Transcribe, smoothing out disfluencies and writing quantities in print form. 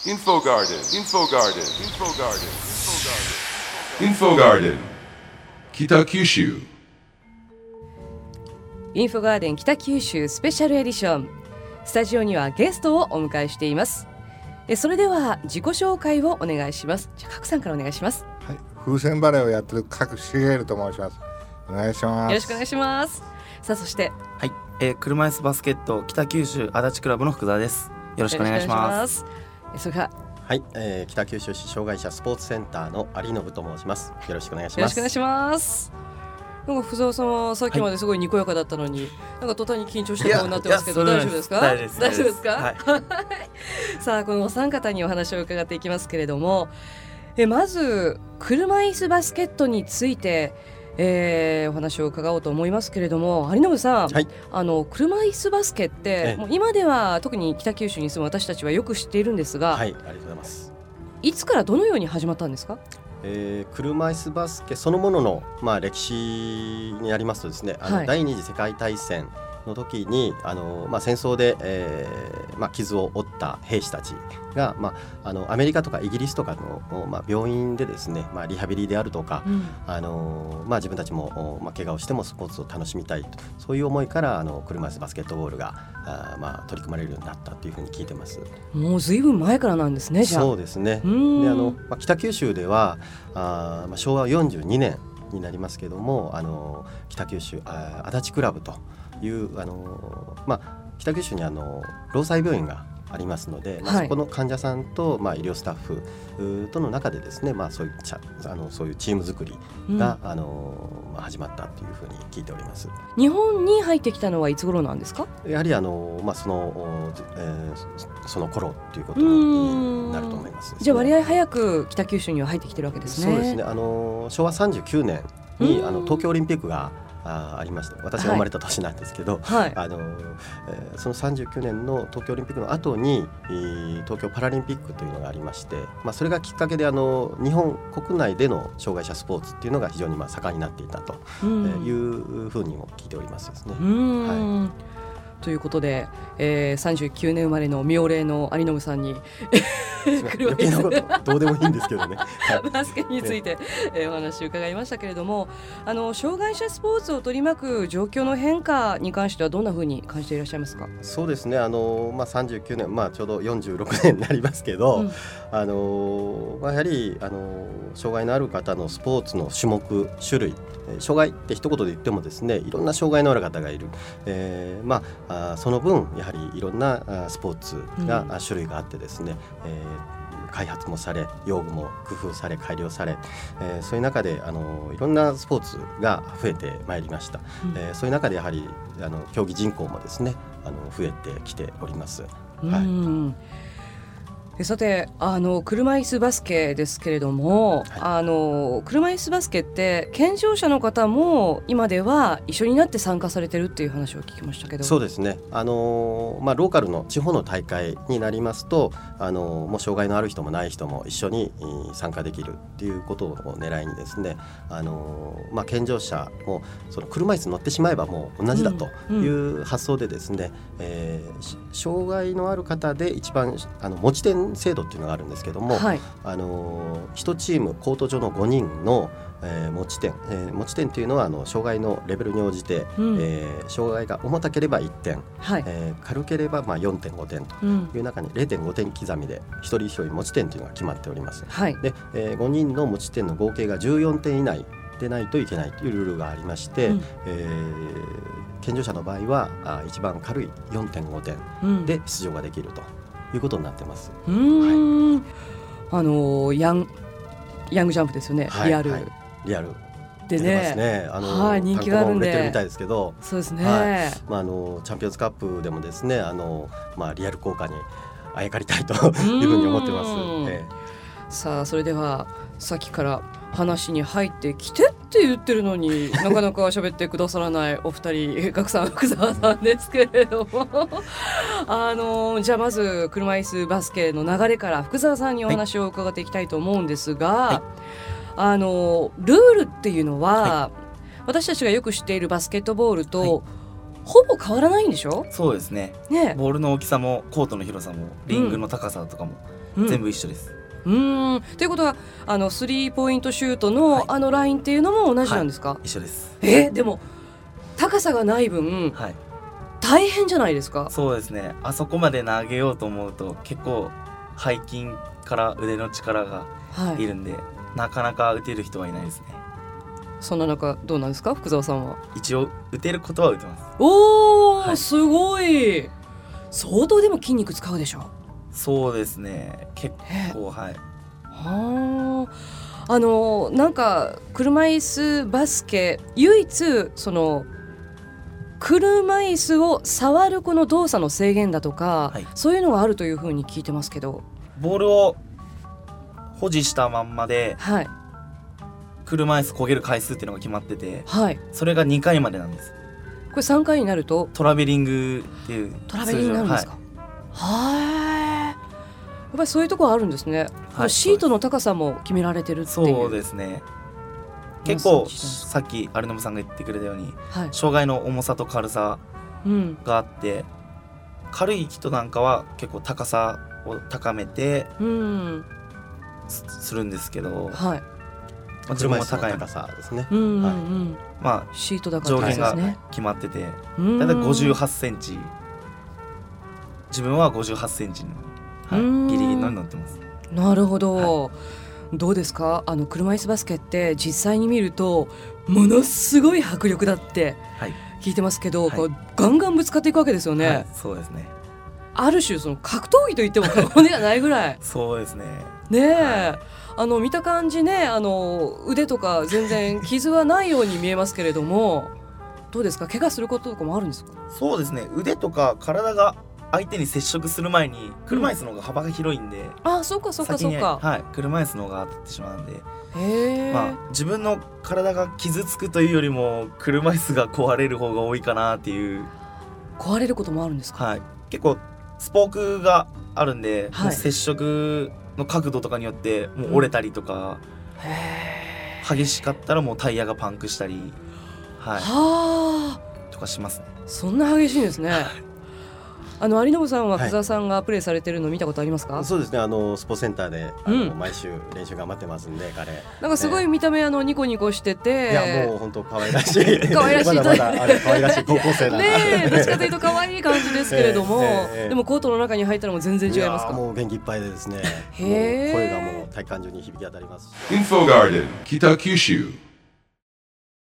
Info Garden. Info Garden. 北九州。 インフォガーデン北九州スペシャルエディション。スタジオにはゲストをお迎えしています。それでは自己紹介をお願いします。じゃあ賀来さんからお願いします。 はい、風船バレーをやってる賀来茂と申します。お願いします。 よろしくお願いします。さあそしてはい、車椅子バスケット北九州足立クラブの福澤です。よろしくお願いします。 それからはい、北九州市障害者スポーツセンターの有信と申します。よろしくお願いします。 よろしくお願いします。なんか福澤さんはさっきまですごいにこやかだったのに、はい、なんか途端に緊張した顔になってますけど、大丈夫ですか？大丈夫ですか？はい、さあこのお三方にお話を伺っていきますけれども、まず車椅子バスケットについて、お話を伺おうと思いますけれども、有信さん、はい、車椅子バスケって、もう今では特に北九州に住む私たちはよく知っているんですが、 はい、ありがとうございます。 いつからどのように始まったんですか？ 車椅子バスケそのものの、歴史になりますとですね、はい、第二次世界大戦の時に戦争で、傷を負った兵士たちが、アメリカとかイギリスとかの、病院でですね、リハビリであるとか、自分たちも、怪我をしてもスポーツを楽しみたいと、そういう思いから車椅子バスケットボールが取り組まれるようになったというふうに聞いてます。 もうずいぶん前からなんですね。じゃあそうですね。で北九州では昭和42年になりますけども、北九州足立クラブという北九州に労災病院がありますので、そこの患者さんと、医療スタッフとの中でですね、そういうチーム作りが、始まったというふうに聞いております。 日本に入ってきたのはいつ頃なんですか？ やはりその頃ということになると思います、ね。 じゃあ割合早く北九州には入ってきてるわけですね。そうですね。 昭和39年に東京オリンピックがありました。私が生まれた年なんですけど、はい、その39年の東京オリンピックの後に東京パラリンピックというのがありまして、それがきっかけで日本国内での障害者スポーツっていうのが非常に盛んになっていたというふうにも聞いておりますですね。はい、ということで、39年生まれの妙齢の有信さんに余計なことどうでもいいんですけどね、 バスケについて、お話を伺いましたけれども、障害者スポーツを取り巻く状況の変化に関してはどんなふうに感じていらっしゃいますか？ そうですね、39年、ちょうど46年になりますけど、やはり障害のある方のスポーツの種目種類、障害って一言で言ってもですね、いろんな障害のある方がいる、その分やはりいろんなスポーツが、種類があってですね、開発もされ用具も工夫され改良され、そういう中でいろんなスポーツが増えてまいりました。そういう中でやはり競技人口もですね増えてきております。はい、 さて車椅子バスケですけれども、はい、車椅子バスケって健常者の方も今では一緒になって参加されてるっていう話を聞きましたけど。 そうですね、ローカルの地方の大会になりますともう障害のある人もない人も一緒に参加できるっていうことを狙いにですね、健常者もその車椅子に乗ってしまえばもう同じだという発想でですね、障害のある方で一番持ち点制度っていうのがあるんですけども、はい、1チームコート上の5人の、持ち点というのは障害のレベルに応じて、障害が重たければ1点、はい、軽ければ4.5 点という中に 0.5 点刻みで一人一人持ち点というのが決まっております。はい、で、5人の持ち点の合計が14点以内でないといけないというルールがありまして、健常者の場合は一番軽い 4.5 点で出場ができるということになってます。 はい、ヤングジャンプですよね。 はい、リアルでね、人気があるんで単語が売れてるみたいですけど、 そうですね、 はい、チャンピオンズカップでもですねリアル効果にあやかりたいというふうに思ってます。 さあそれではさっきから話に入ってきてって言ってるのになかなか喋ってくださらないお二人賀来さん福澤さんですけれどもじゃあまず車椅子バスケの流れから福澤さんにお話を伺っていきたいと思うんですが、ルールっていうのは、はい、私たちがよく知っているバスケットボールと、はい、ほぼ変わらないんでしょ？ そうですね。ボールの大きさもコートの広さもリングの高さとかも全部一緒です。 ということはスリーポイントシュートの、ラインっていうのも同じなんですか？ 一緒です。 でも高さがない分、大変じゃないですか？ そうですね。あそこまで投げようと思うと結構背筋から腕の力がいるんで、なかなか打てる人はいないですね。 そんな中どうなんですか、福澤さんは？ 一応打てることは打てます。 おー、すごい。相当でも筋肉使うでしょ？ そうですね、結構なんか車椅子バスケ唯一その車椅子を触るこの動作の制限だとか、そういうのがあるというふうに聞いてますけど、 ボールを保持したまんまで、車椅子焦げる回数っていうのが決まってて、それが2回までなんです。 これ3回になるとトラベリングっていうトラベリングになるんですか？やっぱりそういうところあるんですね。シートの高さも決められてるっていう。 そうですね。結構さっき有信さんが言ってくれたように、障害の重さと軽さがあって、軽い人なんかは結構高さを高めてするんですけど、 自分は高い高さですね。 シートだか上ら限が決まってて、だいたい58センチ、自分は58センチに、ギリギリのに乗ってます。 なるほど。どうですか、車椅子バスケって実際に見るとものすごい迫力だって聞いてますけど、こうガンガンぶつかっていくわけですよね。 そうですね。 ある種その格闘技と言っても過言ではないぐらいそうですね。 見た感じね、腕とか全然傷はないように見えますけれども、どうですか、怪我することとかもあるんですか？ そうですね、腕とか体が相手に接触する前に車椅子の方が幅が広いんで、 そうか先に車椅子の方が当たってしまうんで、自分の体が傷つくというよりも車椅子が壊れる方が多いかなっていう。 壊れることもあるんですか？ 結構スポークがあるんで、接触の角度とかによってもう折れたりとか、激しかったらもうタイヤがパンクしたり、とかしますね。 そんな激しいんですね。有信さんは福澤さんがプレーされてるの見たことありますか？ そうですね、スポーツセンターで毎週練習頑張ってますんで、彼なんかすごい見た目ニコニコしてて、 いやもう本当可愛らしい可愛らしいまだ可愛らしい高校生なんでどっちかというと可愛い感じですけれども、でもコートの中に入ったらもう全然違いますか？ もう元気いっぱいでですね、声がもう体感中に響き当たります。 Info Garden 北九州